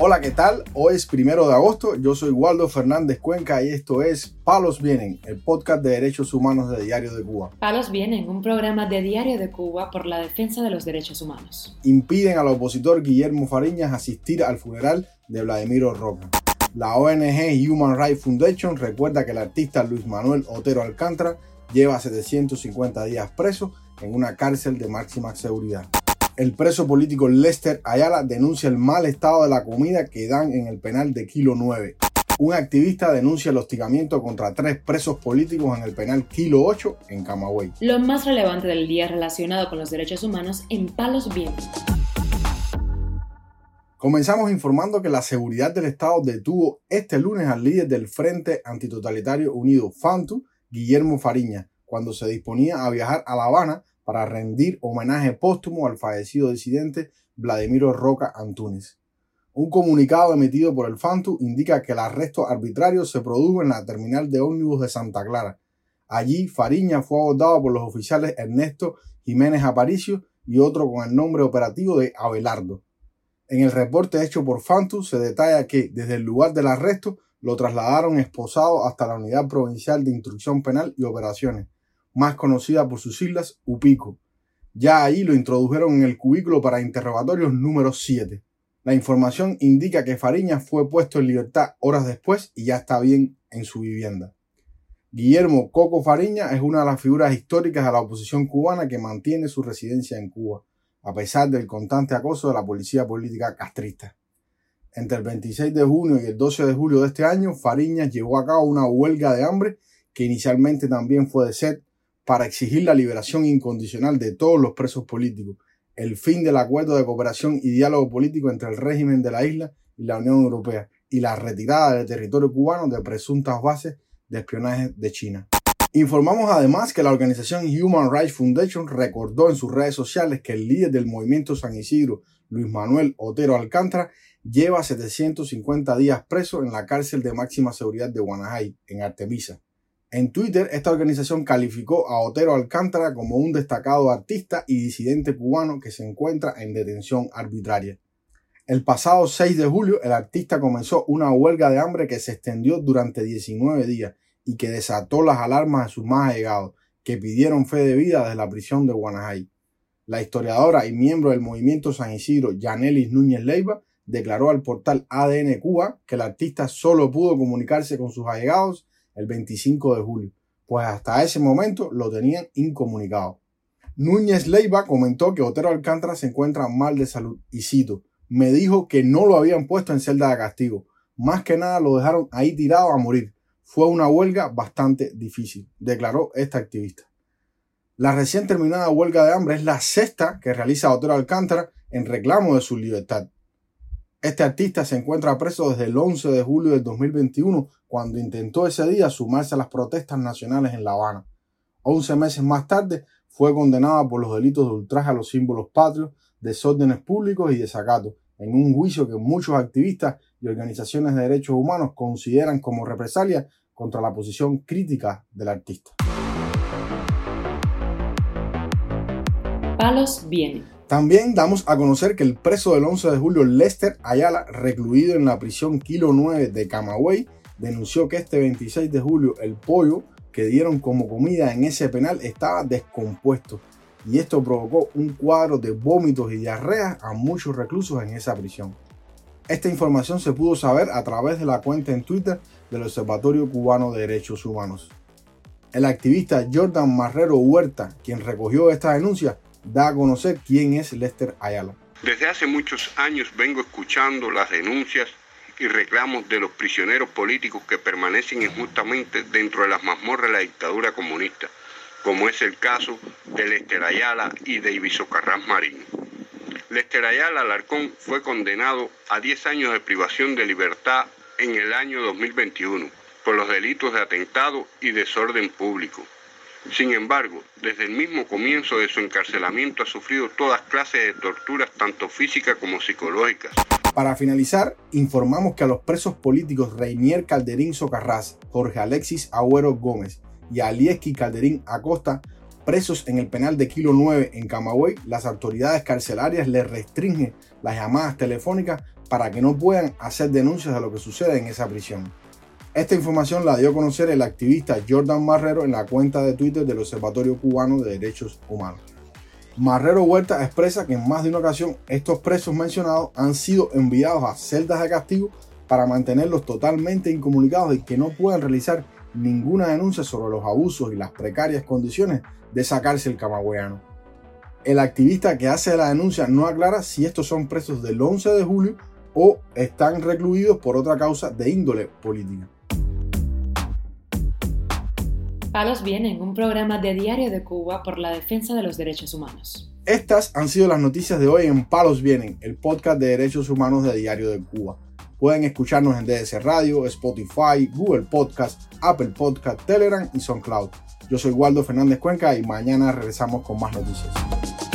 Hola, ¿qué tal? Hoy es 1 de agosto, yo soy Waldo Fernández Cuenca y esto es Palos Vienen, el podcast de derechos humanos de Diario de Cuba. Palos Vienen, un programa de Diario de Cuba por la defensa de los derechos humanos. Impiden al opositor Guillermo Fariñas asistir al funeral de Vladimiro Roca. La ONG Human Rights Foundation recuerda que el artista Luis Manuel Otero Alcántara lleva 750 días preso en una cárcel de máxima seguridad. El preso político Lester Ayala denuncia el mal estado de la comida que dan en el penal de Kilo 9. Un activista denuncia el hostigamiento contra 3 presos políticos en el penal Kilo 8 en Camagüey. Lo más relevante del día relacionado con los derechos humanos en Palos Vienen. Comenzamos informando que la seguridad del Estado detuvo este lunes al líder del Frente Antitotalitario Unido, FANTU, Guillermo Fariñas, cuando se disponía a viajar a La Habana para rendir homenaje póstumo al fallecido disidente Vladimiro Roca Antúnez. Un comunicado emitido por el FANTU indica que el arresto arbitrario se produjo en la terminal de ómnibus de Santa Clara. Allí, Fariñas fue abordado por los oficiales Ernesto Jiménez Aparicio y otro con el nombre operativo de Abelardo. En el reporte hecho por FANTU se detalla que, desde el lugar del arresto, lo trasladaron esposado hasta la Unidad Provincial de Instrucción Penal y Operaciones, más conocida por sus siglas UPICO. Ya ahí lo introdujeron en el cubículo para interrogatorios número 7. La información indica que Fariñas fue puesto en libertad horas después y ya está bien en su vivienda. Guillermo Coco Fariñas es una de las figuras históricas de la oposición cubana que mantiene su residencia en Cuba, a pesar del constante acoso de la policía política castrista. Entre el 26 de junio y el 12 de julio de este año, Fariñas llevó a cabo una huelga de hambre que inicialmente también fue de sed, para exigir la liberación incondicional de todos los presos políticos, el fin del acuerdo de cooperación y diálogo político entre el régimen de la isla y la Unión Europea y la retirada del territorio cubano de presuntas bases de espionaje de China. Informamos además que la organización Human Rights Foundation recordó en sus redes sociales que el líder del movimiento San Isidro, Luis Manuel Otero Alcántara, lleva 750 días preso en la cárcel de máxima seguridad de Guanajay, en Artemisa. En Twitter, esta organización calificó a Otero Alcántara como un destacado artista y disidente cubano que se encuentra en detención arbitraria. El pasado 6 de julio, el artista comenzó una huelga de hambre que se extendió durante 19 días y que desató las alarmas de sus más allegados, que pidieron fe de vida desde la prisión de Guanajay. La historiadora y miembro del movimiento San Isidro, Yanelis Núñez Leiva, declaró al portal ADN Cuba que el artista solo pudo comunicarse con sus allegados el 25 de julio, pues hasta ese momento lo tenían incomunicado. Núñez Leiva comentó que Otero Alcántara se encuentra mal de salud y cito: "Me dijo que no lo habían puesto en celda de castigo. Más que nada lo dejaron ahí tirado a morir. Fue una huelga bastante difícil", declaró esta activista. La recién terminada huelga de hambre es la 6ª que realiza Otero Alcántara en reclamo de su libertad. Este artista se encuentra preso desde el 11 de julio del 2021, cuando intentó ese día sumarse a las protestas nacionales en La Habana. 11 meses más tarde fue condenado por los delitos de ultraje a los símbolos patrios, desórdenes públicos y desacato, en un juicio que muchos activistas y organizaciones de derechos humanos consideran como represalia contra la posición crítica del artista. Palos Vienen. También damos a conocer que el preso del 11 de julio, Lester Ayala, recluido en la prisión Kilo 9 de Camagüey, denunció que este 26 de julio el pollo que dieron como comida en ese penal estaba descompuesto y esto provocó un cuadro de vómitos y diarreas a muchos reclusos en esa prisión. Esta información se pudo saber a través de la cuenta en Twitter del Observatorio Cubano de Derechos Humanos. El activista Jordan Marrero Huerta, quien recogió esta denuncia, da a conocer quién es Lester Ayala. Desde hace muchos años vengo escuchando las denuncias y reclamos de los prisioneros políticos que permanecen injustamente dentro de las mazmorras de la dictadura comunista, como es el caso de Lester Ayala y de Ibiso Carrás Marín. Lester Ayala Alarcón fue condenado a 10 años de privación de libertad en el año 2021 por los delitos de atentado y desorden público. Sin embargo, desde el mismo comienzo de su encarcelamiento ha sufrido todas clases de torturas, tanto físicas como psicológicas. Para finalizar, informamos que a los presos políticos Reinier Calderín Socarrás, Jorge Alexis Agüero Gómez y Alieski Calderín Acosta, presos en el penal de Kilo 9 en Camagüey, las autoridades carcelarias les restringen las llamadas telefónicas para que no puedan hacer denuncias de lo que sucede en esa prisión. Esta información la dio a conocer el activista Jordan Marrero en la cuenta de Twitter del Observatorio Cubano de Derechos Humanos. Marrero Huerta expresa que en más de una ocasión estos presos mencionados han sido enviados a celdas de castigo para mantenerlos totalmente incomunicados y que no puedan realizar ninguna denuncia sobre los abusos y las precarias condiciones de esa cárcel camagüeyano. El activista que hace la denuncia no aclara si estos son presos del 11 de julio o están recluidos por otra causa de índole política. Palos Vienen, un programa de Diario de Cuba por la defensa de los derechos humanos. Estas han sido las noticias de hoy en Palos Vienen, el podcast de derechos humanos de Diario de Cuba. Pueden escucharnos en DS Radio, Spotify, Google Podcast, Apple Podcast, Telegram y SoundCloud. Yo soy Waldo Fernández Cuenca y mañana regresamos con más noticias.